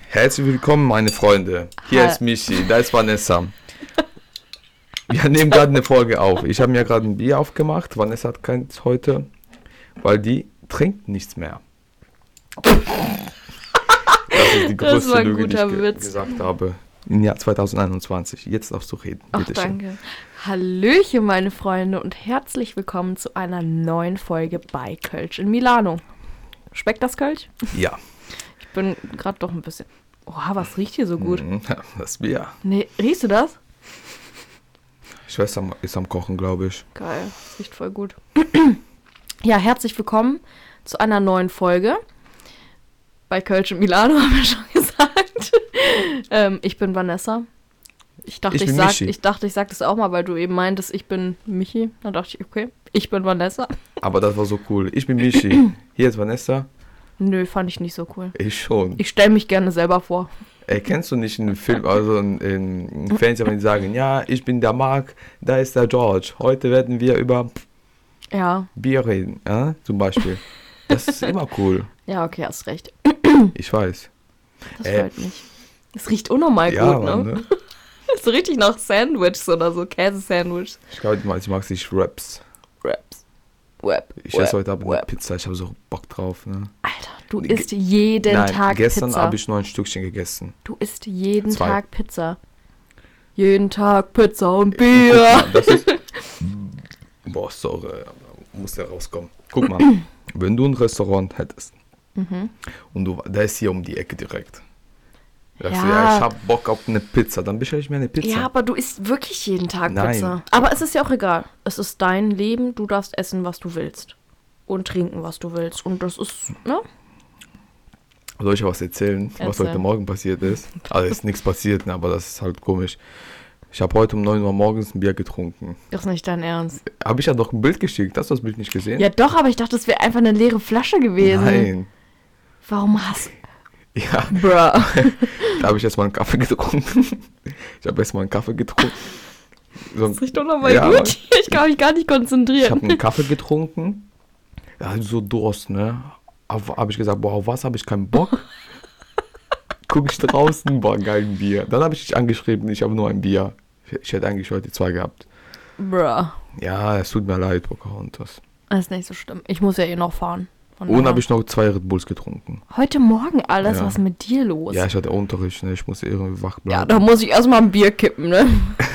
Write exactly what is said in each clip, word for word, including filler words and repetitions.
Herzlich willkommen, meine Freunde. Hier Hi. ist Michi, da ist Vanessa. Wir nehmen gerade eine Folge auf. Ich habe mir gerade ein Bier aufgemacht. Vanessa hat keins heute, weil die trinkt nichts mehr. Das ist die Das größte war ein Lüge, die ich guter ge Witz. gesagt habe im Jahr zwanzig einundzwanzig. Jetzt darfst du reden. Ach, Bitte schön. danke. Hallöchen, meine Freunde, und herzlich willkommen zu einer neuen Folge bei Kölsch in Milano. Schmeckt das Kölsch? Ja. Ich bin gerade doch ein bisschen... Oh, was riecht hier so gut? Mhm, das Bier. Nee, riechst du das? Schwester ist am Kochen, glaube ich. Geil, das riecht voll gut. Ja, herzlich willkommen zu einer neuen Folge bei Kölsch in Milano, haben wir schon gesagt. ähm, ich bin Vanessa. Ich dachte, Ich ich, bin sag, Michi. ich dachte, ich sag das auch mal, weil du eben meintest, ich bin Michi. Dann dachte ich, okay, ich bin Vanessa. Aber das war so cool. Ich bin Michi. Hier ist Vanessa. Nö, fand ich nicht so cool. Ich schon. Ich stelle mich gerne selber vor. Ey, kennst du nicht einen Film, also in, in, in Fernsehen, wenn die sagen, ja, ich bin der Marc, da ist der George. Heute werden wir über Ja, Bier reden, ja, zum Beispiel. Das ist immer cool. ja, okay, hast recht. Ich weiß. Das Äh, freut mich. Es riecht unnormal Ja, gut, Mann, ne? ne? So richtig nach Sandwiches oder so, Käse-Sandwiches. Ich glaube, ich mag sich Wraps. Wraps. Wrap. Ich Wrap, esse heute Abend eine Wrap. Pizza, ich habe so Bock drauf. Ne? Alter, du Ge- isst jeden Nein, Tag gestern Pizza. habe ich nur ein Stückchen gegessen. Du isst jeden Zwei. Tag Pizza. Jeden Tag Pizza und Guck Bier. mal, das ist... Boah, sorry, muss der rauskommen. Guck mal, wenn du ein Restaurant hättest Mhm. und du, der ist hier um die Ecke direkt. Ja. Ja. ja, ich hab Bock auf eine Pizza, dann bestelle ich mir eine Pizza. Ja, aber du isst wirklich jeden Tag Nein. Pizza. Aber es ist ja auch egal. Es ist dein Leben, du darfst essen, was du willst. Und trinken, was du willst. Und das ist, ne? Soll ich was erzählen, was Erzähl. heute Morgen passiert ist? Also ist nichts passiert, ne, aber das ist halt komisch. Ich habe heute um neun Uhr morgens ein Bier getrunken. Das ist nicht dein Ernst. Habe ich ja doch ein Bild geschickt, hast du das Bild nicht gesehen? Ja doch, aber ich dachte, das wäre einfach eine leere Flasche gewesen. Nein. Warum hast Ja, Bruh. da habe ich erstmal einen Kaffee getrunken. Ich habe erstmal einen Kaffee getrunken. So ein- Das riecht doch nochmal Ja, gut. Ich kann mich gar nicht Ich habe konzentrieren. einen Kaffee getrunken. Ja, so Durst, ne? Habe ich gesagt, boah, auf was habe ich keinen Bock? Guck ich draußen, boah, geil, ein Bier. Dann habe ich dich angeschrieben, ich habe nur ein Bier. Ich, ich hätte eigentlich heute zwei gehabt. Bruh. Ja, es tut mir leid, Pocahontas. Das ist nicht so schlimm. Ich muss ja eh noch fahren. Von Und daher. habe ich noch zwei Red Bulls getrunken. Heute Morgen alles, Ja. was ist mit dir los? Ja, ich hatte Unterricht, ne? Ich musste irgendwie wach Ja, bleiben. da muss ich erstmal ein Bier kippen, ne?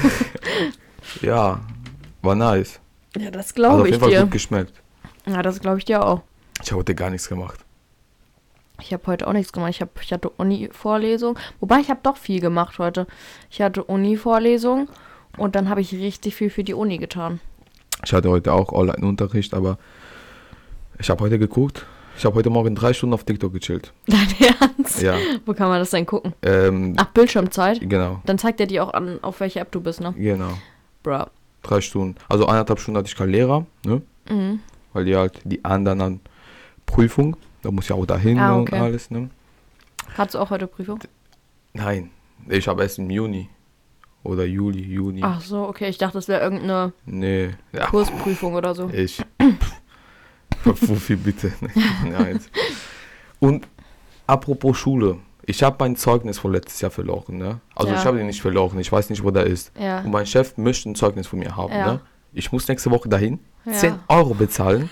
Ja, war nice. Ja, das Hat glaube auf ich jeden Fall dir. gut geschmeckt. Ja, das glaube ich dir auch. Ich habe heute gar nichts gemacht. Ich habe heute auch nichts gemacht. Ich, hab, ich hatte Uni-Vorlesung. Wobei, ich habe doch viel gemacht heute. Ich hatte Uni-Vorlesung und dann habe ich richtig viel für die Uni getan. Ich hatte heute auch Online-Unterricht, aber ich habe heute geguckt. Ich habe heute Morgen drei Stunden auf TikTok gechillt. Dein Ernst? Ja, Wo kann man das denn gucken? ähm, Ach, Bildschirmzeit? genau, Dann zeigt er dir auch an, auf welche App du bist, ne? genau. Bruh. Drei Stunden. Also eineinhalb Stunden hatte ich keinen Lehrer, ne? Mhm. Weil die halt die anderen an Prüfung, da muss ich auch dahin Ah, und okay. alles, ne? Hattest du auch heute Prüfung? Nein, ich habe erst im Juni oder Juli, Juni. Ach so, okay. Ich dachte, das wäre irgendeine Nee, ja, Kursprüfung oder so. ich. Wofür bitte? Nein. Und apropos Schule, ich habe mein Zeugnis von letztes Jahr verloren, ne? Also Ja. ich habe den nicht verloren, ich weiß nicht, wo der ist. Ja. Und mein Chef möchte ein Zeugnis von mir haben, Ja. ne? Ich muss nächste Woche dahin, Ja. zehn Euro bezahlen,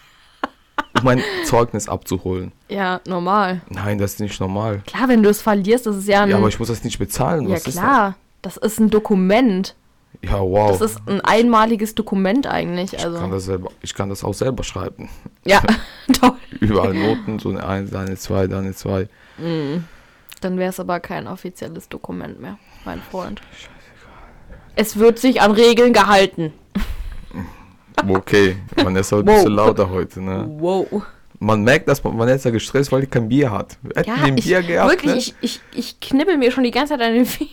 um mein Zeugnis abzuholen. Ja, normal. Nein, das ist nicht normal. Klar, wenn du es verlierst, das ist ja ein... Ja, aber ich muss das nicht bezahlen. ja, Was klar. Das ist ein Dokument. ist das? Ja, wow. Das ist ein einmaliges Dokument eigentlich. ich, kann Also. das selber, ich kann das auch selber schreiben. Ja, toll. Überall Noten, so eine eins, eine zwei, eine zwei. Mm. Dann wäre es aber kein offizielles Dokument mehr, mein Freund. Es wird sich an Regeln gehalten. Okay, man ist halt ein Wow. bisschen lauter heute, ne? Wow. Man merkt, dass man jetzt gestresst, weil die kein Bier hat. Hätten Ja, wir ein ich, Bier gehabt, wirklich, ne? ich, ich, ich knibbel mir schon die ganze Zeit an den Fingern.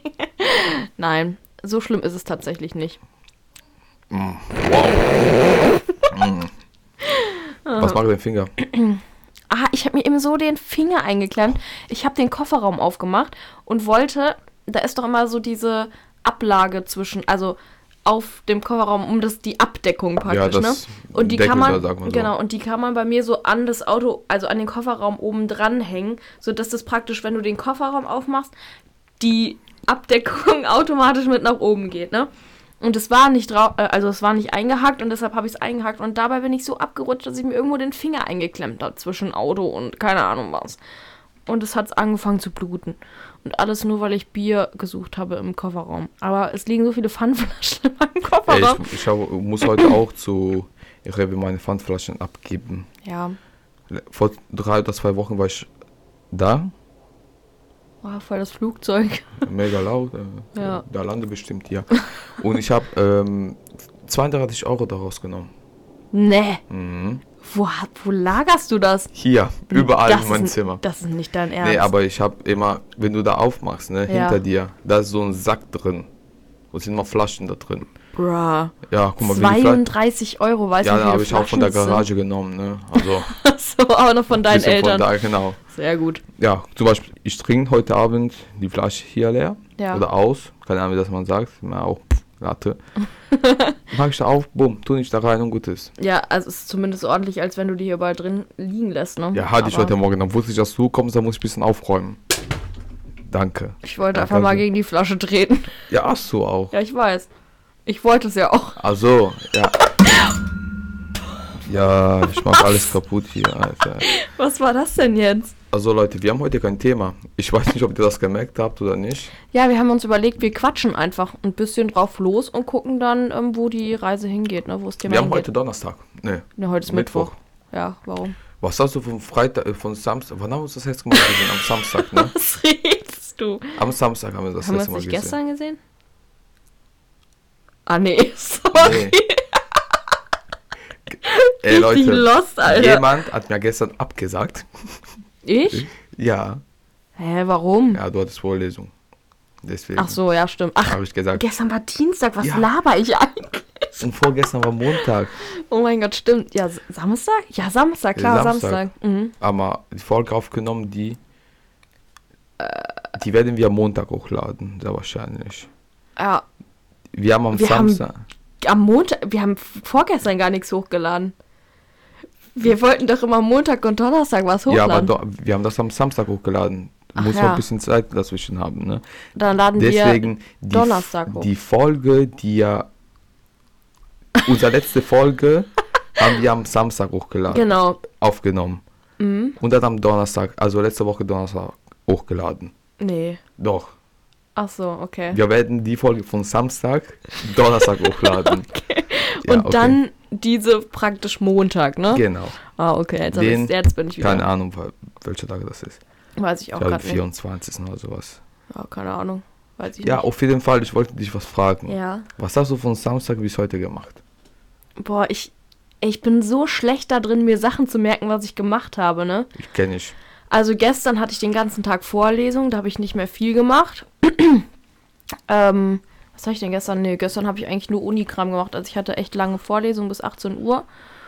Nein, so schlimm ist es tatsächlich nicht. Mm, wow. Mm. Was macht dein Finger? Ah, ich habe mir eben so den Finger eingeklemmt. Ich habe den Kofferraum aufgemacht und wollte, da ist doch immer so diese Ablage zwischen, also auf dem Kofferraum, um das die Abdeckung praktisch, ja, das ne? Und die Deckel kann man, da, sagt man so. genau, und die kann man bei mir so an das Auto, also an den Kofferraum oben dran hängen, sodass das praktisch, wenn du den Kofferraum aufmachst, die Abdeckung automatisch mit nach oben geht, ne? Und es war nicht drauf, also es war nicht eingehakt und deshalb habe ich es eingehakt und dabei bin ich so abgerutscht, dass ich mir irgendwo den Finger eingeklemmt habe zwischen Auto und keine Ahnung was. Und es hat angefangen zu bluten. Und alles nur, weil ich Bier gesucht habe im Kofferraum. Aber es liegen so viele Pfandflaschen in meinem Kofferraum. Ey, ich ich hab, muss heute auch zu Rewe meine Pfandflaschen abgeben. Ja. Vor drei oder zwei Wochen war ich da. Oh, voll das Flugzeug. Mega laut. Äh, Ja. Da lande bestimmt hier. Und ich habe ähm, zweiunddreißig Euro daraus genommen. Nee. Mhm. Wo, wo lagerst du das? Hier, überall das in meinem ist, Zimmer. Das ist nicht dein Ernst. Nee, aber ich habe immer, wenn du da aufmachst, ne, Ja. hinter dir, da ist so ein Sack drin. Da sind noch Flaschen da drin. Bruh. Ja, guck mal, wie die Flaschen. zweiunddreißig Euro, weißt du, Ja, wie da viele habe ich auch von der Flaschen Garage genommen, ne? Also, es sind? So, auch noch von deinen bisschen Eltern. Von da, genau. Sehr gut. Ja, zum Beispiel, ich trinke heute Abend die Flasche hier leer. Ja. Oder aus. Keine Ahnung, wie das man sagt. Ja, auch Latte. Mach ich da auf, bumm, tu nicht da rein und gut ist. Ja, also es ist zumindest ordentlich, als wenn du die hier überall drin liegen lässt, ne? Ja, hatte ich Aber heute Morgen. Dann wusste ich, dass du kommst, dann muss ich ein bisschen aufräumen. Danke. Ich wollte Ja, einfach mal kannst du- gegen die Flasche treten. Ja, hast du auch. Ja, ich weiß. Ich wollte es ja auch. Also, ja. Ja, ich mach alles kaputt hier, Alter. Was war das denn jetzt? Also Leute, wir haben heute kein Thema. Ich weiß nicht, ob ihr das gemerkt habt oder nicht. Ja, wir haben uns überlegt, wir quatschen einfach ein bisschen drauf los und gucken dann, ähm, wo die Reise hingeht, ne? Wo es Thema Wir haben hingeht. heute Donnerstag. Nee. Ne, heute ist Mittwoch. Ja, warum? Was hast du von Freitag, äh, von Samstag, wann haben wir uns das jetzt gemacht gesehen? Am Samstag, ne? Was redest du? Am Samstag haben wir das Haben wir letzte es Mal nicht gesehen. gestern gesehen? Ah, nee, sorry. Nee. Ey Richtig Leute, lost, Alter. jemand hat mir gestern abgesagt. Ich? Ja. Hä, warum? Ja, du hattest Vorlesung. Deswegen Ach so, ja, stimmt. Ach, habe ich gesagt. gestern war Dienstag, was Ja. laber ich eigentlich? Und vorgestern war Montag. Oh mein Gott, stimmt. Ja, S- Samstag? Ja, Samstag, klar, Samstag. Samstag. Mhm. Aber die Folge aufgenommen, die die werden wir am Montag hochladen, sehr wahrscheinlich. Ja, Wir haben am Wir haben Samstag. am Montag, wir haben vorgestern gar nichts hochgeladen. Wir wollten doch immer Montag und Donnerstag was Ja, aber hochladen. do, wir haben das am Samstag hochgeladen. Ach Muss ja. noch ein bisschen Zeit dazwischen haben, ne? Dann laden Deswegen wir die, Donnerstag hoch. die Folge, die ja unsere letzte Folge haben wir am Samstag hochgeladen, Genau. aufgenommen. Mhm. Und dann am Donnerstag, also letzte Woche Donnerstag hochgeladen. Nee. Doch. Ach so, okay. Wir werden die Folge von Samstag Donnerstag hochladen. Ja, und okay. dann diese praktisch Montag, ne? Genau. Ah, okay, jetzt, hab Den- ich's- jetzt bin ich wieder. Keine Ahnung, wel- welcher Tag das ist. Weiß ich auch Ich glaube, gerade nicht. vierundzwanzigsten oder sowas. Ja, keine Ahnung. Weiß ich Ja, nicht. auf jeden Fall, ich wollte dich was fragen. Ja. Was hast du von Samstag bis heute gemacht? Boah, ich, ich bin so schlecht da drin, mir Sachen zu merken, was ich gemacht habe, ne? Ich kenne ich. Also gestern hatte ich den ganzen Tag Vorlesung, da habe ich nicht mehr viel gemacht. ähm, was habe ich denn gestern? Nee, gestern habe ich eigentlich nur Unikram gemacht. Also ich hatte echt lange Vorlesung bis achtzehn Uhr.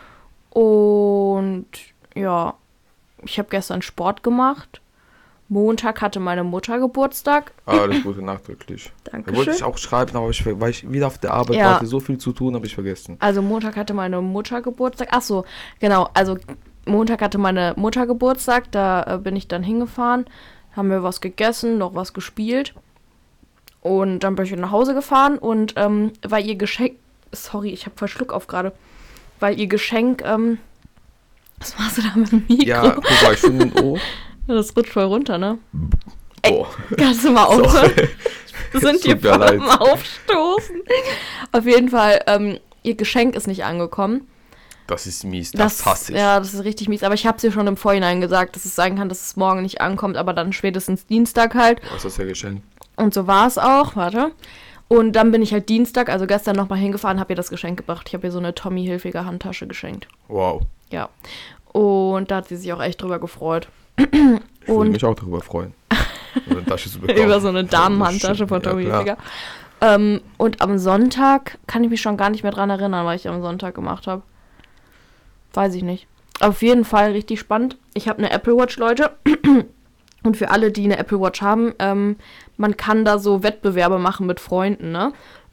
Und ja, ich habe gestern Sport gemacht. Montag hatte meine Mutter Geburtstag. Alles Gute nachträglich. Da wollte Dankeschön. ich auch schreiben, aber ich, weil ich wieder auf der Arbeit Ja. war, hatte so viel zu tun, habe ich vergessen. Also Montag hatte meine Mutter Geburtstag. Ach so, genau. Also Montag hatte meine Mutter Geburtstag. Da äh, bin ich dann hingefahren. Haben wir was gegessen, noch was gespielt. Und dann bin ich nach Hause gefahren. Und ähm, weil ihr Geschenk... Sorry, ich habe voll Schluck auf gerade. Weil ihr Geschenk... Ähm, was machst du da mit dem Mikro? Ja, guck mal, ich finde ein O. Das rutscht voll runter, ne? Oh. Kannst du mal aufhören? Wir sind Es hier tut mir voll leid. am Aufstoßen. Auf jeden Fall, ähm, ihr Geschenk ist nicht angekommen. Das ist mies, das, hasse ich. Ja, das ist richtig mies. Aber ich habe es ihr schon im Vorhinein gesagt, dass es sein kann, dass es morgen nicht ankommt, aber dann spätestens Dienstag halt. Was ist das für ein Geschenk? Und so war es auch, warte. Und dann bin ich halt Dienstag, also gestern nochmal hingefahren, habe ihr das Geschenk gebracht. Ich habe ihr so eine Tommy Hilfiger Handtasche geschenkt. Wow. Ja. Und da hat sie sich auch echt drüber gefreut. Ich würde Und mich auch darüber freuen, so eine Tasche zu bekommen. über so eine Damenhandtasche von Tommy Ja, klar. Hilfiger. Ähm, und am Sonntag kann ich mich schon gar nicht mehr dran erinnern, was ich am Sonntag gemacht habe. Weiß ich nicht. Auf jeden Fall richtig spannend. Ich habe eine Apple Watch, Leute. Und für alle, die eine Apple Watch haben, ähm, man kann da so Wettbewerbe machen mit Freunden, ne?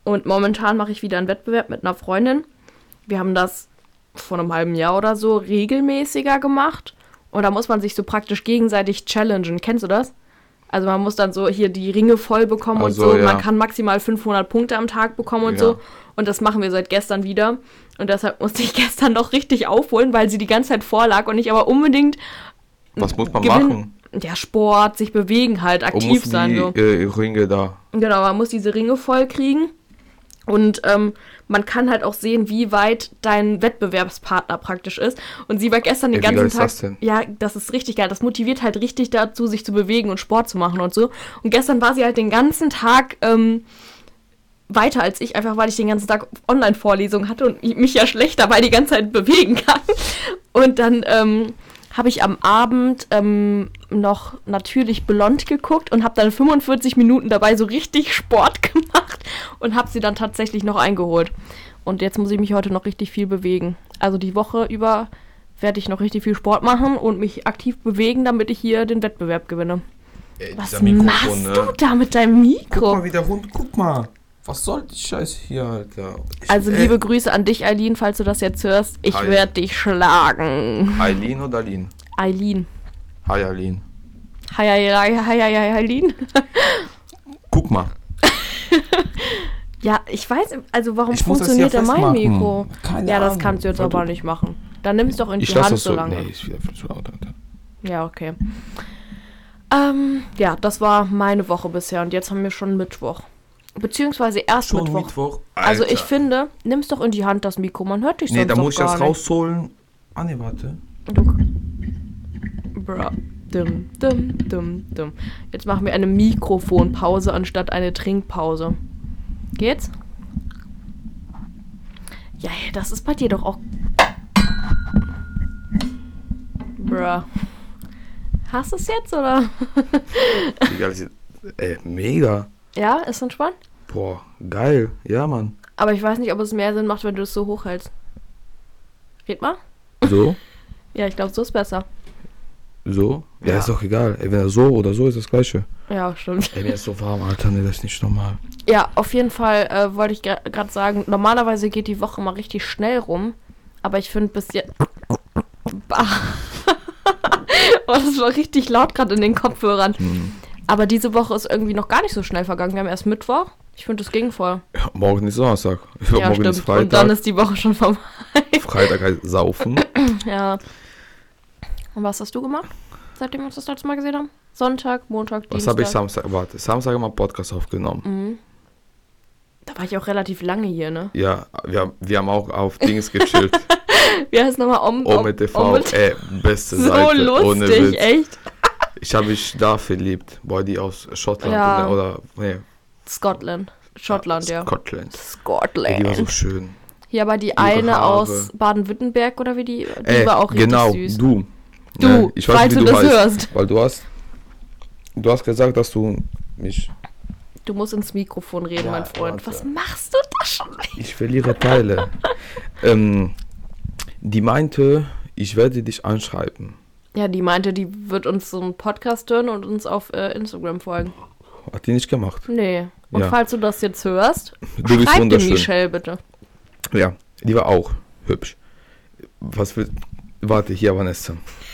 Und momentan mache ich wieder einen Wettbewerb mit einer Freundin. Wir haben das vor einem halben Jahr oder so regelmäßiger gemacht. Und da muss man sich so praktisch gegenseitig challengen. Kennst du das? Also man muss dann so hier die Ringe voll bekommen Also, und so. ja. Man kann maximal fünfhundert Punkte am Tag bekommen und Ja. so. Und das machen wir seit gestern wieder. Und deshalb musste ich gestern noch richtig aufholen, weil sie die ganze Zeit vorlag und ich aber unbedingt Was muss man gewinn- machen? Ja, Sport, sich bewegen halt, Und aktiv muss sein. die So. äh, Ringe da. Genau, man muss diese Ringe voll kriegen. Und ähm, man kann halt auch sehen, wie weit dein Wettbewerbspartner praktisch ist. Und sie war gestern den Ey, wie geil ganzen ist Tag. das denn? Ja, das ist richtig geil. Das motiviert halt richtig dazu, sich zu bewegen und Sport zu machen und so. Und gestern war sie halt den ganzen Tag ähm, weiter als ich, einfach weil ich den ganzen Tag Online-Vorlesungen hatte und ich mich ja schlecht dabei die ganze Zeit bewegen kann. Und dann ähm, habe ich am Abend ähm, noch natürlich blond geguckt und habe dann fünfundvierzig Minuten dabei so richtig Sport gemacht und habe sie dann tatsächlich noch eingeholt. Und jetzt muss ich mich heute noch richtig viel bewegen. Also die Woche über werde ich noch richtig viel Sport machen und mich aktiv bewegen, damit ich hier den Wettbewerb gewinne. Ey, Was dieser Mikrofon, machst ne? du da mit deinem Mikro? Guck mal, wie der Hund, guck mal. Was soll die Scheiße hier, Alter? Ich, Also ey, liebe Grüße an dich, Eileen, falls du das jetzt hörst. Ich Hi. werde dich schlagen. Eileen oder Aline? Eileen. Hi, Eileen. Hi, hi, hi, hi, hi, hi, Eileen. Guck mal. Ja, ich weiß, also warum Ich muss das funktioniert hier denn mein festmachen. Mikro? Keine Ja, das Ahnung. kannst du jetzt Weil aber du- nicht machen. Dann nimm es doch in Ich die lasse Hand das so so. lange. Nee, ist wieder viel zu laut, Alter. Ja, okay. Ähm, ja, das war meine Woche bisher und jetzt haben wir schon Mittwoch. Beziehungsweise erst Schon Mittwoch. Mittwoch? Also Alter. ich finde, nimm's doch in die Hand, das Mikro, man hört dich Nee, sonst da doch muss ich gar das nicht. rausholen. Ah, ne, warte. Du, bra, dum, dum, dum, dum. Jetzt machen wir eine Mikrofonpause anstatt eine Trinkpause. Geht's? Ja, das ist bei dir doch auch... Bruh. Hast du es jetzt, oder? Wie geil ist das? Ey, mega. Ja, ist entspannt? Boah, geil. Ja, Mann. Aber ich weiß nicht, ob es mehr Sinn macht, wenn du es so hochhältst. Geht mal? So? Ja, ich glaube, so ist besser. So? Ja, Ja. ist doch egal. Ey, wenn er so oder so ist, das Gleiche. Ja, stimmt. Ey, mir ist so warm, Alter. Nee, das ist nicht normal. Ja, auf jeden Fall äh, wollte ich gerade sagen, normalerweise geht die Woche mal richtig schnell rum, aber ich finde bis jetzt... Bah. Oh, das war richtig laut gerade in den Kopfhörern. Hm. Aber diese Woche ist irgendwie noch gar nicht so schnell vergangen. Wir haben erst Mittwoch. Ich finde, das ging voll. Ja, morgen ist Donnerstag. Ja, morgen stimmt. ist Freitag. Und dann ist die Woche schon vorbei. Freitag heißt saufen. Ja. Und was hast du gemacht, seitdem wir uns das letzte Mal gesehen haben? Sonntag, Montag, Was Dienstag. habe ich Samstag? Warte, Samstag haben wir einen Podcast aufgenommen. Mhm. Da war ich auch relativ lange hier, ne? Ja, wir, haben- wir haben auch auf Dings gechillt. Wie heißt nochmal? Om, O mit T V. Om- Ey, beste So Seite. Ohne lustig, Witz. echt. Ich habe mich da verliebt. Boah, die aus Schottland Ja. oder, nee, Scotland. Schottland, ja. Scotland. Ey, die war so Scotland. schön. Hier aber die Ihre eine Haare. aus Baden-Württemberg oder wie die, die Ey, war auch richtig genau, süß. du. Du, Ne, ich weiß falls nicht, wie du du das heißt. hörst. Weil du hast, du hast gesagt, dass du mich, Du musst ins Mikrofon reden, Ja, mein Freund. warte. Was machst du da schon? ich verliere Teile. ähm, die meinte, ich werde dich anschreiben. Ja, die meinte, die wird uns so einen Podcast hören und uns auf äh, Instagram folgen. Hat die nicht gemacht. Nee. Und Ja. falls du das jetzt hörst, Du bist schreib dem wunderschön. Michelle bitte. Ja, die war auch hübsch. Was will, warte, hier Vanessa.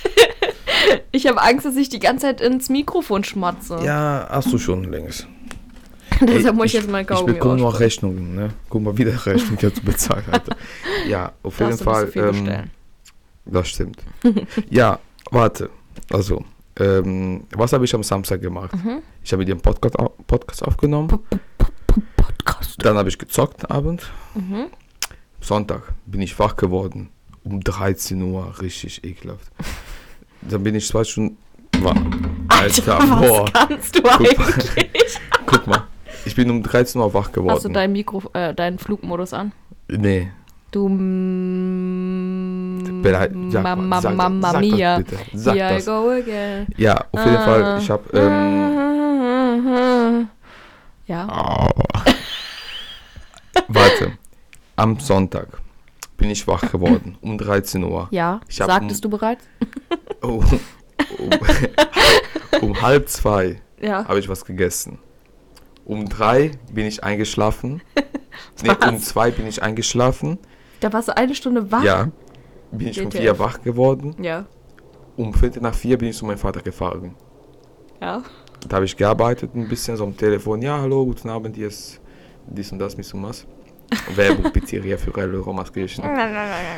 Ich habe Angst, dass ich die ganze Zeit ins Mikrofon schmatze. Ja, hast du schon längst. Deshalb Ey, muss ich jetzt mal Ich Kaugummi bekomme noch aussprechen. Rechnungen, ne? Guck mal, wieder Rechnung jetzt zu bezahlen, Alter. Ja, auf jeden Darfst du nicht Fall. so viel ähm, bestellen. das stimmt. Ja, warte. Also, ähm, was habe ich am Samstag gemacht? Mhm. Ich habe dir einen Podcast, au- Podcast aufgenommen. Podcast. Dann habe ich gezockt abend. Mhm. Sonntag bin ich wach geworden. Um dreizehn Uhr. Richtig ekelhaft. Dann bin ich zwei Stunden wach. Alter, was boah. kannst du Guck mal. eigentlich? Guck mal. Ich bin um dreizehn Uhr wach geworden. Hast du dein Mikro, äh, deinen Flugmodus an? Nee. Du mm, Bereit- sag mal, Mamma sag das- Mamma sag das Mia. bitte. Sag Here I das. go again. Ja, auf jeden Ah. Fall. Ich habe ähm, Ja. oh. Warte. Am Sonntag bin ich wach geworden. Um dreizehn Uhr. Ja. Ich hab Sagtest du bereits? Oh, um, um halb zwei Ja. habe ich was gegessen. Um drei bin ich eingeschlafen. Nee, um zwei bin ich eingeschlafen. Da warst du eine Stunde wach? Ja. Bin ich um W T F. vier wach geworden. Ja. Um Viertel nach vier bin ich zu meinem Vater gefahren. Ja. Da habe ich gearbeitet ein bisschen so am Telefon. Ja, hallo, guten Abend, hier ist dies und das, mis und was. Werbung, Pizzeria für Relle, Romaskirchen. Da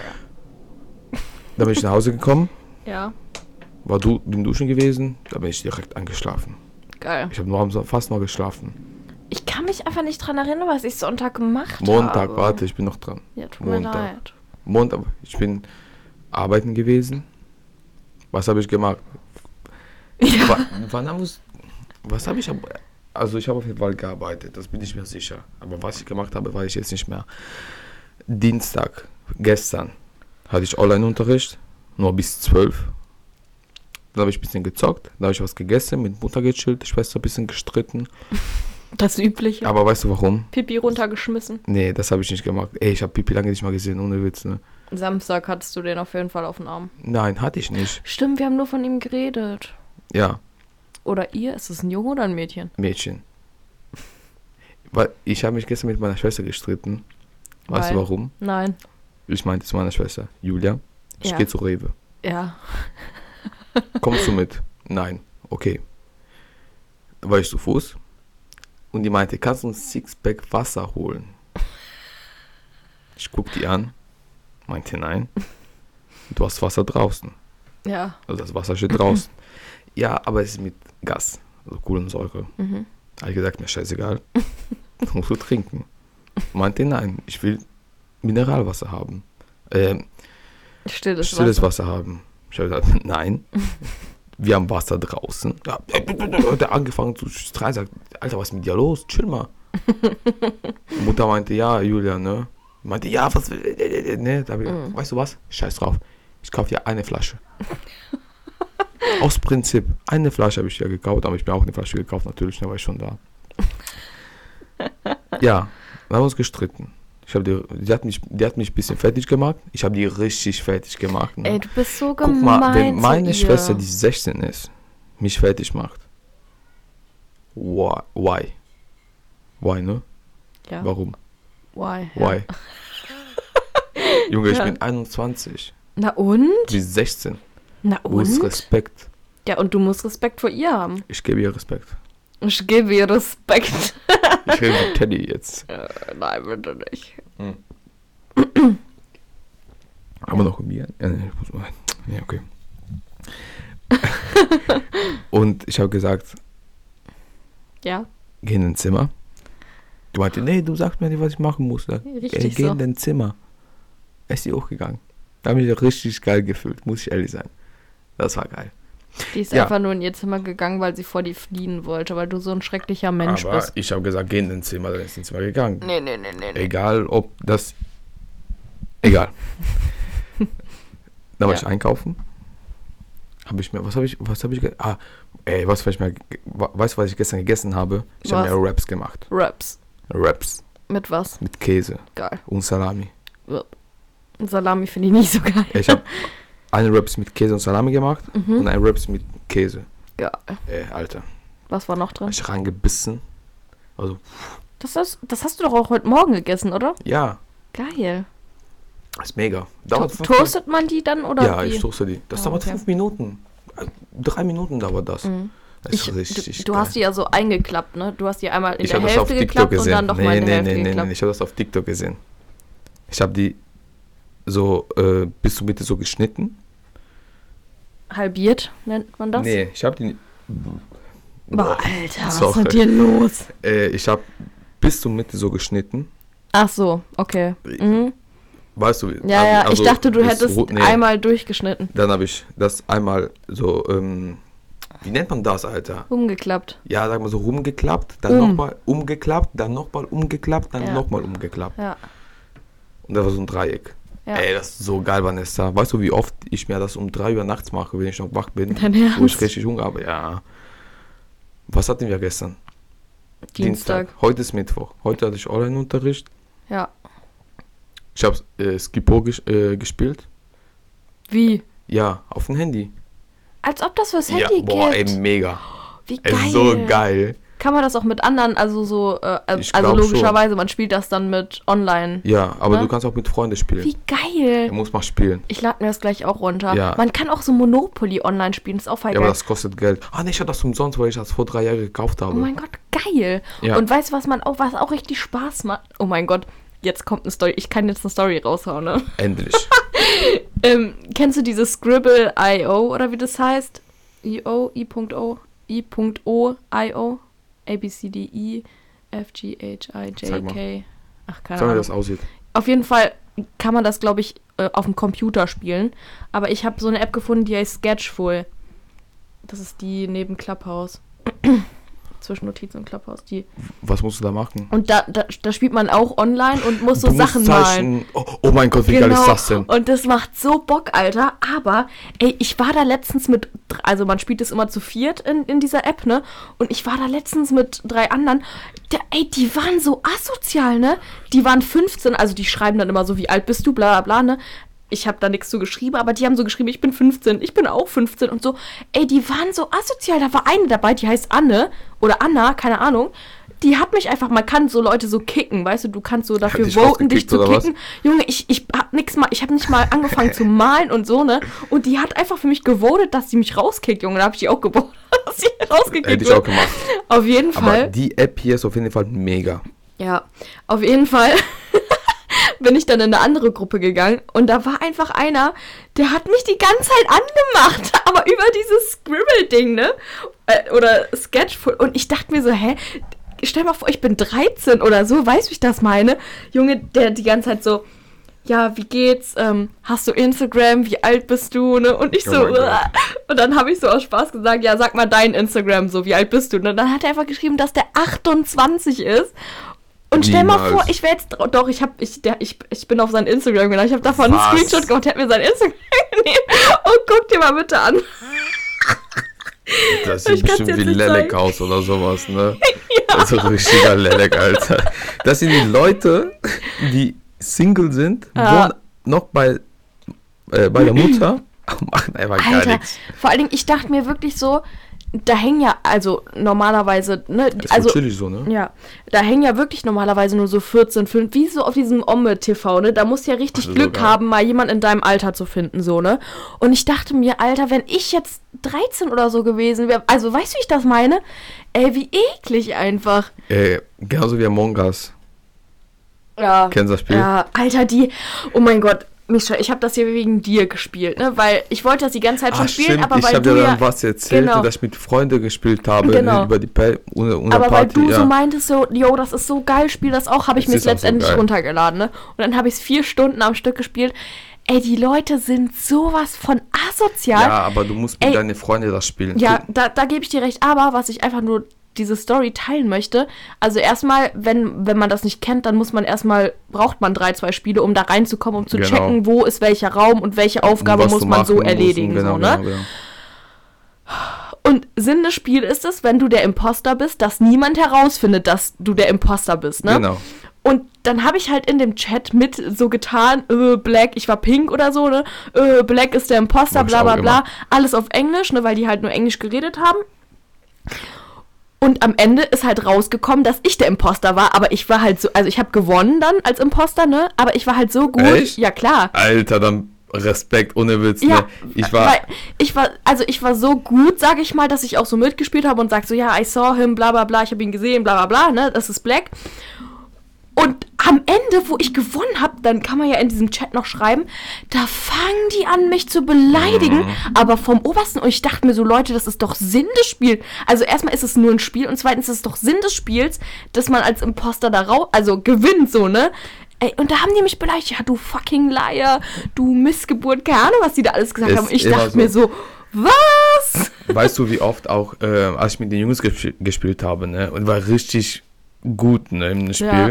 bin ich nach Hause gekommen. Ja. War du im Duschen gewesen. Da bin ich direkt eingeschlafen. Geil. Ich habe nur am Son- fast noch geschlafen. Ich kann mich einfach nicht dran erinnern, was ich Sonntag gemacht Montag, habe. warte, ich bin noch dran. Ja, tut Montag. mir leid. Montag, ich bin arbeiten gewesen. Was habe ich gemacht? Ja. Wa- Wann haben wir's- Was habe ich? ab- Also ich habe auf jeden Fall gearbeitet, das bin ich mir sicher. Aber was ich gemacht habe, weiß ich jetzt nicht mehr. Dienstag, gestern, hatte ich Online-Unterricht, nur bis zwölf. Dann habe ich ein bisschen gezockt, dann habe ich was gegessen, mit Mutter gechillt, Schwester ein bisschen gestritten. Das Übliche. Aber weißt du warum? Pipi runtergeschmissen. Nee, das habe ich nicht gemacht. Ey, ich habe Pipi lange nicht mal gesehen, ohne Witz, ne? Samstag hattest du den auf jeden Fall auf den Arm. Nein, hatte ich nicht. Stimmt, wir haben nur von ihm geredet. Ja, Oder ihr? Ist es ein Junge oder ein Mädchen? Mädchen. Weil ich habe mich gestern mit meiner Schwester gestritten. Weißt Weil? du warum? Nein. Ich meinte zu meiner Schwester, Julia, ich Ja. gehe zu Rewe. Ja. Kommst du mit? Nein. Okay. Da war ich zu Fuß und die meinte, kannst du ein Sixpack Wasser holen? Ich guck die an, meinte nein. Du hast Wasser draußen. Ja. Also das Wasser steht draußen. Ja, aber es ist mit Gas, also Kohlensäure. Mhm. Habe ich gesagt, mir scheißegal. Das musst du trinken. Meinte nein, ich will Mineralwasser haben. Ähm, Stilles, stilles Wasser. Wasser haben. Ich habe gesagt, nein. Wir haben Wasser draußen. Ja, hat er angefangen zu streiten, sagt, Alter, was ist mit dir los? Chill mal. Mutter meinte, ja, Julia, ne? Meinte, ja, was will, ne? Da hab ich gesagt, Mhm. weißt du was? Scheiß drauf. Ich kaufe dir eine Flasche. Aus Prinzip. Eine Flasche habe ich ja gekauft, aber ich bin auch eine Flasche gekauft, natürlich, da war ich schon da. Ja, wir haben uns gestritten. Ich hab die, die, hat mich, die hat mich ein bisschen fertig gemacht. Ich habe die richtig fertig gemacht. Ne? Ey, du bist so Guck gemein mal, wenn zu meine ihr. Schwester, die sechzehn ist, mich fertig macht. Why? Why, Why ne? Ja. Warum? Why? Ja. Why? Junge, ich Ja. bin einundzwanzig. Na und? Du bist sechzehn. Na Wo ist und? Respekt? Ja, und du musst Respekt vor ihr haben. Ich gebe ihr Respekt. Ich gebe ihr Respekt. Ich rede mit Teddy jetzt. äh, nein, bitte nicht. Haben wir noch ein Bier? Ja, nee, ich muss mal. Ja, okay. Und ich habe gesagt, Ja, geh in dein Zimmer. Du meinte, nee, du sagst mir nicht, was ich machen muss. Ja, richtig geh so. in dein Zimmer. Er ist die hochgegangen. Da habe ich mich richtig geil gefühlt, muss ich ehrlich sein. Das war geil. Die ist Ja. einfach nur in ihr Zimmer gegangen, weil sie vor dir fliehen wollte, weil du so ein schrecklicher Mensch Aber bist. ich habe gesagt, geh in dein Zimmer, dann ist ins Zimmer gegangen. Nee, nee, nee, nee. nee. Egal, ob das... Egal. Dann war Ja. ich einkaufen. Habe ich mir... Was habe ich... Was habe ich... ge- Ah, ey, was, was ich mir... ge- Weißt du, was ich gestern gegessen habe? Ich habe Was? mir Wraps gemacht. Wraps. Wraps. Mit was? Mit Käse Geil. und Salami. Salami finde ich nicht so geil. Ich habe eine Wraps mit Käse und Salami gemacht Mhm. und eine Wraps mit Käse. Geil. Ey, Alter. Was war noch drin? Hab ich reingebissen. Also, Das hast, das hast du doch auch heute Morgen gegessen, oder? ja, Geil. ist mega. To Dauert fünf toastet man die dann oder Ja, wie? ich toaste die. Das Ah, dauert okay. fünf Minuten. Äh, Drei Minuten dauert das. Mhm. Das ist Ich, richtig du du geil. hast die ja so eingeklappt, ne? Du hast die einmal in Ich der habe das auf Hälfte TikTok geklappt und gesehen. dann nochmal Nee, in der nee, Hälfte nee, nee, geklappt. nee, ich habe das auf TikTok gesehen. Ich habe die so äh, bis zur Mitte so geschnitten. Halbiert nennt man das? Nee, ich habe die... Boah, Alter, was Sorry. ist mit dir los? Äh, ich habe bis zur Mitte so geschnitten. Ach so, okay. Mhm. Weißt du? Ja, ja, also ich dachte, du das hättest Ro- nee. einmal durchgeschnitten. Dann habe ich das einmal so, ähm, wie nennt man das, Alter? Umgeklappt. Ja, sag mal so rumgeklappt, dann Um. nochmal umgeklappt, dann nochmal umgeklappt, dann Ja. nochmal umgeklappt. Ja. Und das war so ein Dreieck. Ja. Ey, das ist so geil, Vanessa. Weißt du, wie oft ich mir das um drei Uhr nachts mache, wenn ich noch wach bin? Dein Wo ich Ernst? richtig Hunger habe, ja. Was hatten wir gestern? Dienstag. Heute ist Mittwoch. Heute hatte ich Online-Unterricht. Ja. Ich habe äh, Skipo ges äh, gespielt. Wie? Ja, auf dem Handy. Als ob das fürs Ja, Handy boah, ey, geht. mega. Wie Ey, geil. so geil. kann man das auch mit anderen, also so, äh, Ich also glaub logischerweise, man spielt das dann mit online. Ja, aber Ne? du kannst auch mit Freunden spielen. Wie geil. Du musst mal spielen. Ich lade mir das gleich auch runter. Ja. Man kann auch so Monopoly online spielen, ist auch voll Ja, aber geil. das kostet Geld. Ah, nee, ich hatte das umsonst, weil ich das vor drei Jahren gekauft habe. Oh mein Gott, geil. Ja. Und weißt du, was man auch, was auch richtig Spaß macht? Oh mein Gott, jetzt kommt eine Story. Ich kann jetzt eine Story raushauen, ne? Endlich. ähm, kennst du dieses Scribble Punkt i o oder wie das heißt? I O, I.O, I.O, I O, A, B, C, D, E, F, G, H, I, Zeig J, mal. K. Ach, keine Schau mal, wie Ahnung. das aussieht. Auf jeden Fall kann man das, glaube ich, äh, auf dem Computer spielen. Aber ich habe so eine App gefunden, die heißt Sketchful. Das ist die neben Clubhouse. Zwischen Notiz und Clubhouse. Die. Was musst du da machen? Und da, da, da spielt man auch online und muss so Du musst Sachen malen. zeichnen. Oh, oh mein Gott, wie geil ist das denn? Und das macht so Bock, Alter. Aber, ey, ich war da letztens mit, also man spielt es immer zu viert in, in dieser App, ne? Und ich war da letztens mit drei anderen. Der, ey, die waren so asozial, ne? Die waren fünfzehn, also die schreiben dann immer so, wie alt bist du, bla bla bla, ne? Ich habe da nichts zu geschrieben, aber die haben so geschrieben, ich bin fünfzehn, ich bin auch fünfzehn und so. Ey, die waren so asozial. Da war eine dabei, die heißt Anne oder Anna, keine Ahnung. Die hat mich einfach, man kann so Leute so kicken, weißt du, du kannst so dafür dich voten, dich rausgekickt, zu oder was? kicken. Junge, ich, ich hab nix mal, ich habe nicht mal angefangen zu malen und so, ne? Und die hat einfach für mich gewotet, dass sie mich rauskickt, Junge. Da habe ich die auch gewotet, dass sie rausgekickt Hätte ich wird. auch gemacht. Auf jeden Fall. Aber die App hier ist auf jeden Fall mega. Ja, auf jeden Fall bin ich dann in eine andere Gruppe gegangen und da war einfach einer, der hat mich die ganze Zeit angemacht, aber über dieses Scribble-Ding, ne? Äh, Oder Sketchful. Und ich dachte mir so, hä? Stell mal vor, ich bin dreizehn oder so, weißt du, wie ich das meine? Junge, der die ganze Zeit so, ja, wie geht's? Ähm, hast du Instagram? Wie alt bist du? Ne? Und ich Oh so, mein Gott. Uah. Und dann habe ich so aus Spaß gesagt, ja, sag mal dein Instagram so, wie alt bist du? Und dann hat er einfach geschrieben, dass der achtundzwanzig ist. Und stell mal Niemals. vor, ich wäre jetzt, doch, ich hab, ich, der, ich, ich bin auf sein Instagram gegangen, ich habe davon Was? einen Screenshot gemacht, der hat mir sein Instagram genommen. Und guck dir mal bitte an. Das Ich sieht kann's bestimmt jetzt wie nicht Lelek zeigen. aus oder sowas, ne? Das ist ein richtiger Lelek, Alter. Das sind die Leute, die Single sind, Ja. wohnen noch bei, äh, bei der Mutter, machen einfach gar Alter, nichts. vor allen Dingen, ich dachte mir wirklich so, da hängen ja, also normalerweise, ne, Ist also, so chillig so, ne? ja, da hängen ja wirklich normalerweise nur so vierzehn, fünf, wie so auf diesem Omme-T V, ne, da musst du ja richtig Also Glück sogar. haben, mal jemand in deinem Alter zu finden, so, ne, und ich dachte mir, Alter, wenn ich jetzt dreizehn oder so gewesen wäre, also, weißt du, wie ich das meine? Ey, wie eklig einfach. Äh, genauso wie Among Us. Ja. Kennst du das Spiel? Ja, Alter, die, oh mein Gott, Mischa, ich habe das hier wegen dir gespielt, ne, weil ich wollte das die ganze Zeit schon Ah, spielen, stimmt, aber ich weil habe du dir ja, dann was erzählt, genau. dass ich mit Freunden gespielt habe, Genau. ne, über die pa ohne, ohne aber weil Party. du ja. so meintest, so, yo, das ist so geil, spiel das auch, habe ich Es mir ist jetzt auch so letztendlich geil. runtergeladen, ne? Und dann habe ich es vier Stunden am Stück gespielt. Ey, die Leute sind sowas von asozial. Ja, aber du musst mit Ey. deinen Freunden das spielen. Ja, da, da gebe ich dir recht, aber was ich einfach nur diese Story teilen möchte, also erstmal, wenn, wenn man das nicht kennt, dann muss man erstmal, braucht man drei, zwei Spiele, um da reinzukommen, um zu Genau. checken, wo ist welcher Raum und welche Aufgabe Was muss du man so machen musst erledigen, und genau, so, ne? genau, genau. Und Sinn des Spiels ist es, wenn du der Imposter bist, dass niemand herausfindet, dass du der Imposter bist, ne? Genau. Und dann habe ich halt in dem Chat mit so getan, äh, Black, ich war pink oder so, ne? Äh, Black ist der Imposter, Mach ich bla bla auch bla. immer. Alles auf Englisch, ne? Weil die halt nur Englisch geredet haben. Und am Ende ist halt rausgekommen, dass ich der Imposter war, aber ich war halt so, also ich habe gewonnen dann als Imposter, ne? Aber ich war halt so gut. Echt? Ja, klar. Alter, dann Respekt, ohne Witz, Ja, ne? Ich war, weil ich war, also ich war so gut, sage ich mal, dass ich auch so mitgespielt habe und sag so, ja, I saw him, bla bla bla, ich habe ihn gesehen, bla bla bla, ne, das ist Black. Und am Ende, wo ich gewonnen habe, dann kann man ja in diesem Chat noch schreiben, da fangen die an, mich zu beleidigen, Mhm. aber vom Obersten, und ich dachte mir so, Leute, das ist doch Sinn des Spiels. Also erstmal ist es nur ein Spiel und zweitens ist es doch Sinn des Spiels, dass man als Imposter da raus, also gewinnt, so, ne. Ey, und da haben die mich beleidigt, ja, du fucking Liar, du Missgeburt, keine Ahnung, was die da alles gesagt Ist haben. Und ich immer dachte so. mir so, was? weißt du, wie oft auch, äh, als ich mit den Jungs gesp gespielt habe, ne? Und war richtig gut, ne, im Spiel. Ja.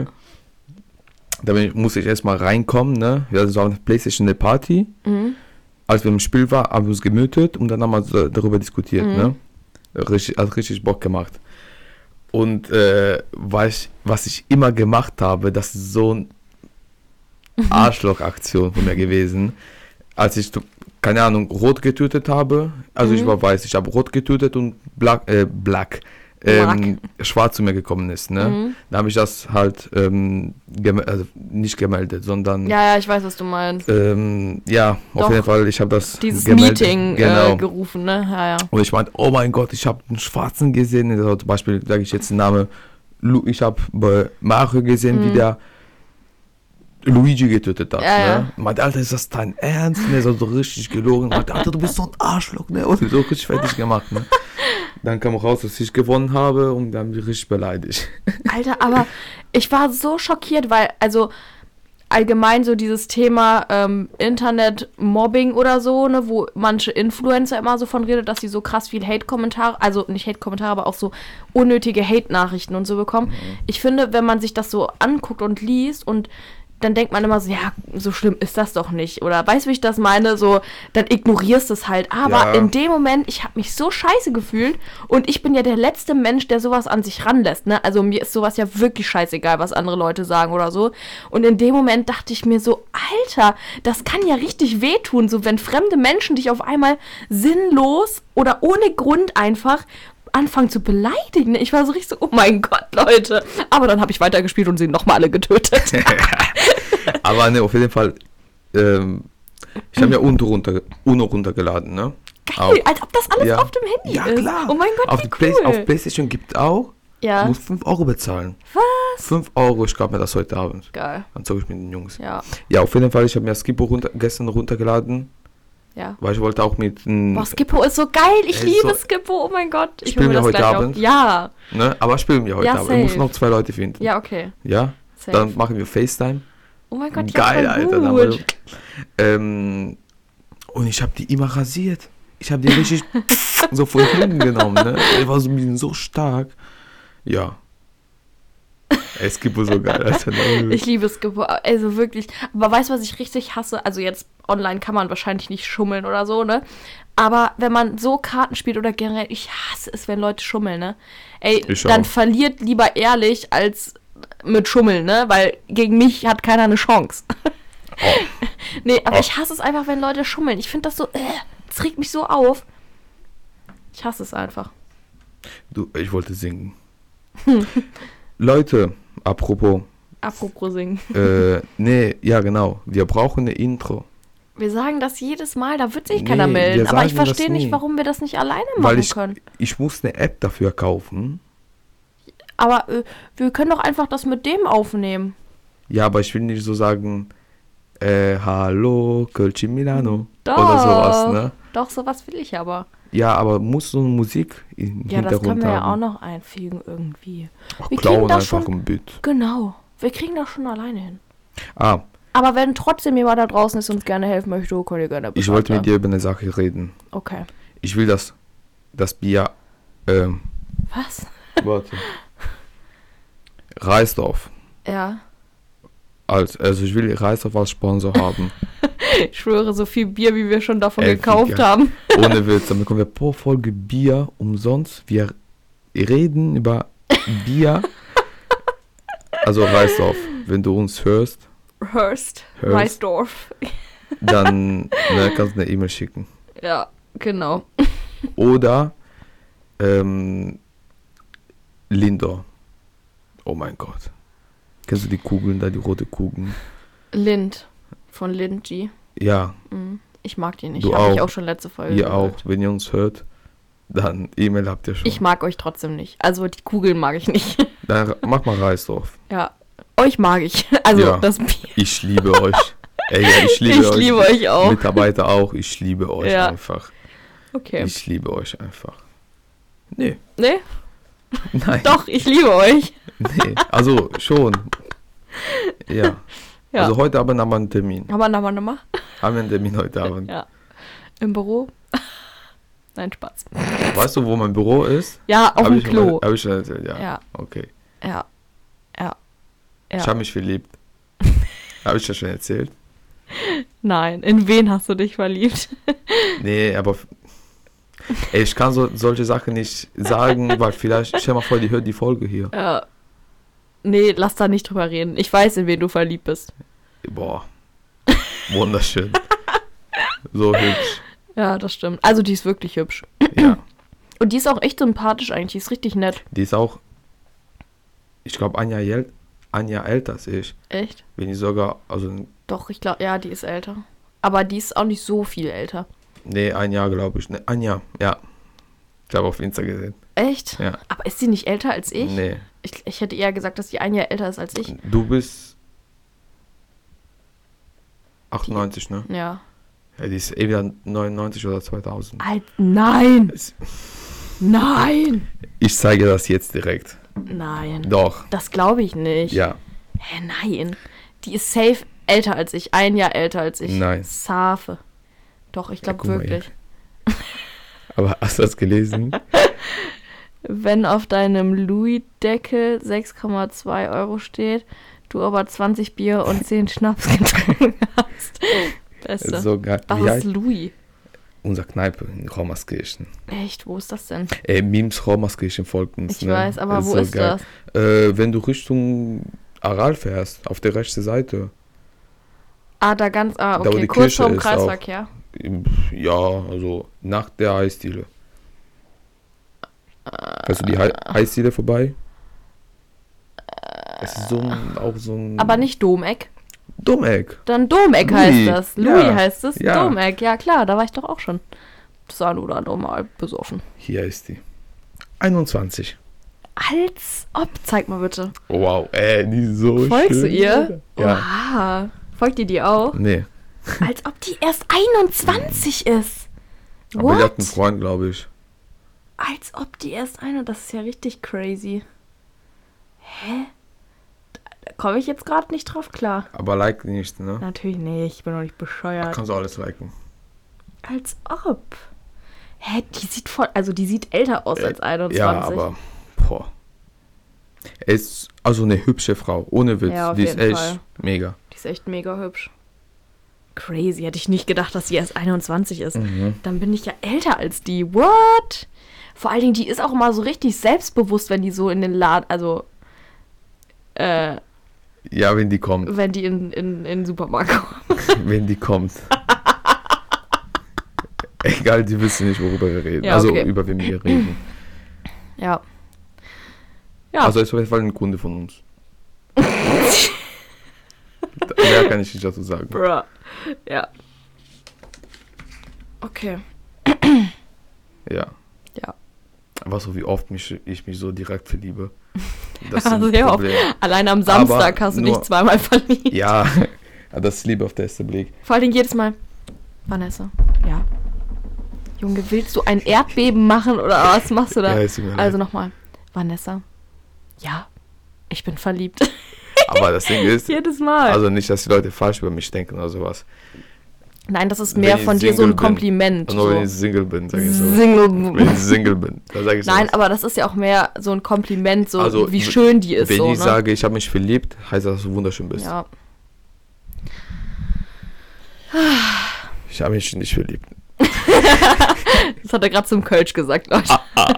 Da bin ich, musste ich erstmal reinkommen, ne? Wir hatten so eine Playstation eine Party. Mhm. Als wir im Spiel waren, haben wir uns gemütet und dann haben wir so darüber diskutiert, Mhm. ne? Richtig, hat richtig Bock gemacht. Und äh, was, ich, was ich immer gemacht habe, das ist so eine Arschloch-Aktion von mir gewesen. Als ich, keine Ahnung, rot getötet habe, also Mhm. ich war weiß, ich habe rot getötet und Black, äh, Black ähm, schwarz zu mir gekommen ist, ne? Mhm. Da habe ich das halt ähm, gem- also nicht gemeldet, sondern Ja, ja, ich weiß, was du meinst. ähm, ja, Doch. auf jeden Fall, ich habe das Dieses gemeldet. Meeting Genau. äh, gerufen, ne? Ja, ja. Und ich meinte, oh mein Gott, ich habe einen Schwarzen gesehen. Also zum Beispiel sage ich jetzt den Namen, Lu- ich habe bei Mario gesehen, Mhm. wie der Luigi getötet hat. Ja, ne? ja. Meinte, Alter, ist das dein Ernst? Ne, so so richtig gelogen. Meinte, Alter, du bist so ein Arschloch. Ne? Und so richtig fertig gemacht. Ne? Dann kam auch raus, dass ich gewonnen habe und dann mich richtig beleidigt. Alter, aber ich war so schockiert, weil, also allgemein so dieses Thema ähm, Internet-Mobbing oder so, ne, wo manche Influencer immer so von redet, dass sie so krass viel Hate-Kommentare, also nicht Hate-Kommentare, aber auch so unnötige Hate-Nachrichten und so bekommen. Mhm. Ich finde, wenn man sich das so anguckt und liest und dann denkt man immer so, ja, so schlimm ist das doch nicht. Oder weißt du, wie ich das meine? So, dann ignorierst du es halt. Aber Ja. in dem Moment, ich habe mich so scheiße gefühlt und ich bin ja der letzte Mensch, der sowas an sich ranlässt. Ne? Also mir ist sowas ja wirklich scheißegal, was andere Leute sagen oder so. Und in dem Moment dachte ich mir so, Alter, das kann ja richtig wehtun. So, wenn fremde Menschen dich auf einmal sinnlos oder ohne Grund einfach anfangen zu beleidigen. Ich war so richtig so, oh mein Gott, Leute. Aber dann habe ich weitergespielt und sie nochmal alle getötet. Aber ne, auf jeden Fall, ähm, ich habe ja Uno, runter, Uno runtergeladen, ne? Geil, als ob das alles Ja. auf dem Handy Ja, ist. klar. Oh mein Gott, auf, wie die Play, cool. auf PlayStation gibt auch, Ja. du musst fünf Euro bezahlen. Was? fünf Euro, ich glaube mir das heute Abend. Geil. Dann zocke ich mit den Jungs. Ja, Ja, auf jeden Fall, ich habe mir Skippo runter, gestern runtergeladen, ja. weil ich wollte auch mit, n- Boah, Skippo ist so geil. Ich Ey, liebe so- Skippo. Oh mein Gott. Ich Spielen hol mir wir das heute gleich Abend? Auf. Ja. ne, aber spielen wir heute Ja, Abend. Wir müssen safe. noch zwei Leute finden. Ja, okay. Ja? Safe. Dann machen wir FaceTime. Oh mein Gott, ja, Geil, voll Alter. Dann gut. ähm, und ich habe die immer rasiert. Ich habe die richtig so von hinten genommen, ne? Die war so ein bisschen so stark. Ja. Es gibt wohl so geil, Alter. Ich liebe Skippo, also wirklich. Aber weißt du, was ich richtig hasse? Also jetzt online kann man wahrscheinlich nicht schummeln oder so, ne? Aber wenn man so Karten spielt oder generell, ich hasse es, wenn Leute schummeln, ne? Ey, Ich dann auch. verliert lieber ehrlich als mit Schummeln, ne? Weil gegen mich hat keiner eine Chance. Oh. Nee, aber Oh. ich hasse es einfach, wenn Leute schummeln. Ich finde das so, äh, das regt mich so auf. Ich hasse es einfach. Du, ich wollte singen. Leute, apropos, Apropos singen. äh, nee, ja genau, wir brauchen eine Intro. Wir sagen das jedes Mal, da wird sich Nee, keiner melden. wir Aber ich sagen das verstehe nicht, nie. warum wir das nicht alleine machen Weil ich, können. ich muss eine App dafür kaufen. Aber äh, wir können doch einfach das mit dem aufnehmen. Ja, aber ich will nicht so sagen, äh, hallo, Kölsch Milano. Doch. Oder sowas, ne? Doch, sowas will ich aber. Ja, aber muss so eine Musik im Ja, das Hintergrund können wir ja auch haben. noch einfügen irgendwie. Ach, wir klauen kriegen das einfach schon- ein Bit. Genau. Wir kriegen das schon alleine hin. Ah, Aber wenn trotzdem jemand da draußen ist und uns gerne helfen möchte, könnt ihr gerne ich Bescheid wollte mit sagen. dir über eine Sache reden. Okay. Ich will das, das Bier, ähm, Was? warte. Reisdorf. Ja. Als, also ich will Reisdorf als Sponsor haben. Ich schwöre, so viel Bier, wie wir schon davon Ey, gekauft Digga. haben. Ohne Witz. Dann bekommen wir pro Folge Bier umsonst. Wir reden über Bier. Also Reisdorf, wenn du uns hörst, Hurst. Hurst. Reisdorf. dann ne, kannst du eine E-Mail schicken. Ja, genau. Oder ähm, Lindor. Oh mein Gott. Kennst du die Kugeln da, die rote Kugeln? Lind. Von Lind G. Ja, Mhm. Ich mag die nicht. Du Habe ich auch. auch schon letzte Folge ihr gesagt. auch. Wenn ihr uns hört, dann E-Mail habt ihr schon. Ich mag euch trotzdem nicht. Also die Kugeln mag ich nicht. Dann mach mal Reisdorf. Ja. Euch mag ich. Also Ja. das Bier. Ich liebe euch. Ey, ja, ich liebe Ich euch. liebe euch auch. Mitarbeiter auch. Ich liebe euch Ja. einfach. Okay. Ich liebe euch einfach. Nee, Nee? nein. Doch, ich liebe euch. Nee, also schon. Ja. Ja. Also heute Abend haben wir einen Termin. Aber nochmal, nochmal. Haben wir einen Termin heute Abend. Ja. Im Büro. Nein, Spaß. Weißt du, wo mein Büro ist? Ja, auf Hab dem ich schon Klo. mal- Hab ich schon erzählt, ja. Ja, Okay. ja, ja. Ich Ja. habe mich verliebt. Habe ich das schon erzählt? Nein, in wen hast du dich verliebt? Nee, aber f- ey, ich kann so solche Sachen nicht sagen, weil vielleicht, stell mal vor, die hört die Folge hier. Ja. Nee, lass da nicht drüber reden. Ich weiß, in wen du verliebt bist. Boah, wunderschön. So hübsch. Ja, das stimmt. Also die ist wirklich hübsch. Ja. Und die ist auch echt sympathisch eigentlich, die ist richtig nett. Die ist auch, ich glaube, ein Jahr, äl- ein Jahr älter als ich. Echt? Wenn ich sogar, also, Doch, ich glaube, ja, die ist älter. Aber die ist auch nicht so viel älter. nee, ein Jahr, glaube ich. Ne, ein Jahr, ja. Ich habe auf Insta gesehen. Echt? Ja. Aber ist sie nicht älter als ich? Nee. Ich, ich hätte eher gesagt, dass die ein Jahr älter ist als ich. Du bist achtundneunzig, ne? Ja. Ja, die ist entweder neunundneunzig oder zweitausend. Alt, nein! Nein! Ich zeige das jetzt direkt. Nein. Doch. Das glaube ich nicht. Ja. Hä, nein. Die ist safe älter als ich. Ein Jahr älter als ich. Nein. Safe. Doch, ich glaube guck mal wirklich. Aber hast du das gelesen? Wenn auf deinem Louis-Deckel sechs Komma zwei Euro steht, du aber zwanzig Bier und zehn Schnaps getrunken hast. Beste. So geil. Was Wie ist heißt Louis? unser Kneipe in Raumerskirchen? Echt, wo ist das denn? Ey, Memes Raumerskirchen folgt uns. Ich ne? weiß, aber wo so ist geil. das? Äh, wenn du Richtung Aral fährst, auf der rechten Seite. Ah, da ganz, ah, Da, wo okay, die kurz Kirche vorm ist Kreisverkehr. Ja, also nach der Eisdiele. Weißt du die He Eisdiele vorbei? Es ist so ein, auch so ein... Aber nicht Domeck. Domeck. Dann Domeck Louis. heißt das. Louis Ja. heißt es. Ja. Domeck, ja klar, da war ich doch auch schon. Das ein oder andere Mal besoffen. Hier ist die. einundzwanzig. Als ob, zeig mal bitte. Wow, ey, die ist so Folgst schön. du ihr? Ja. Oha. Folgt ihr die auch? Nee. Als ob die erst einundzwanzig ist. Aber die hat einen What? Freund, glaube ich. Als ob die erst eine, das ist ja richtig crazy. Hä? Da komme ich jetzt gerade nicht drauf klar. Aber like nicht, ne? Natürlich nicht, ich bin doch nicht bescheuert. Kannst du alles liken. Als ob. Hä, die sieht voll, also die sieht älter aus als einundzwanzig. Ja, aber, boah. Er ist also eine hübsche Frau, ohne Witz. Ja, auf die ist jeden echt Fall. mega. Die ist echt mega hübsch. Crazy, hätte ich nicht gedacht, dass sie erst einundzwanzig ist. Mhm. Dann bin ich ja älter als die. What? Vor allen Dingen, die ist auch immer so richtig selbstbewusst, wenn die so in den Laden, also, äh, Ja, wenn die kommt. wenn die in, in, in den Supermarkt kommt. wenn die kommt. Egal, die wissen nicht, worüber wir reden. Ja, also, okay. über wen wir reden. Ja. Ja. Also, ist auf jeden Fall ein Kunde von uns. Mehr kann ich nicht dazu sagen. Bruh. Ja. Okay. Ja. Ja. Aber so wie oft mich, ich mich so direkt verliebe. Das ist Also ein sehr oft. Problem. Allein am Samstag Aber hast du nur- dich zweimal verliebt. Ja, das ist Liebe auf den ersten Blick. Vor allen Dingen jedes Mal. Vanessa. Ja. Junge, willst du ein Erdbeben machen oder was machst du da? Ja, ist mir leid. Also nochmal. Vanessa. Ja. Ich bin verliebt. Aber das Ding ist, Jedes Mal. also nicht, dass die Leute falsch über mich denken oder sowas. Nein, das ist wenn mehr ich von dir so Single ein bin. Kompliment. Nur wenn So. ich Single bin, sage ich so. Single. Wenn ich Single bin, dann sage ich Nein, sowas. aber das ist ja auch mehr so ein Kompliment, so Also, wie w- schön die ist. Wenn so, ich ne? sage, ich habe mich verliebt, heißt das, dass du wunderschön bist. Ja. Ich habe mich nicht verliebt. Das hat er gerade zum Kölsch gesagt, Leute.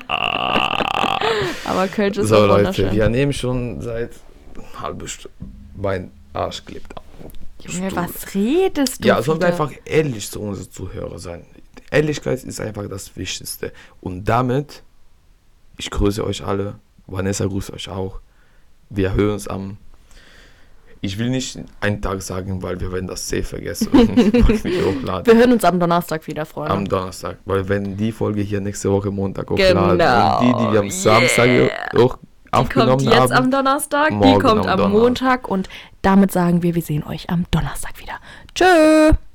Aber Kölsch ist So auch Leute, wunderschön. wir nehmen schon seit einer halben Stunde mein Arsch klebt ab. Junge, Stuhl. was redest du Ja, sollen wir wieder? einfach ehrlich zu unseren Zuhörern sein. Ehrlichkeit ist einfach das Wichtigste. Und damit, ich grüße euch alle. Vanessa grüßt euch auch. Wir hören uns am... Ich will nicht einen Tag sagen, weil wir werden das safe vergessen und nicht hochladen. Wir hören uns am Donnerstag wieder, Freunde. Am Donnerstag, weil wenn die Folge hier nächste Woche Montag hochladen Genau. und die, die wir am Yeah. Samstag auch die aufgenommen kommt jetzt haben, am Donnerstag, die morgen kommt am am Donnerstag. Montag und damit sagen wir, wir sehen euch am Donnerstag wieder. Tschö!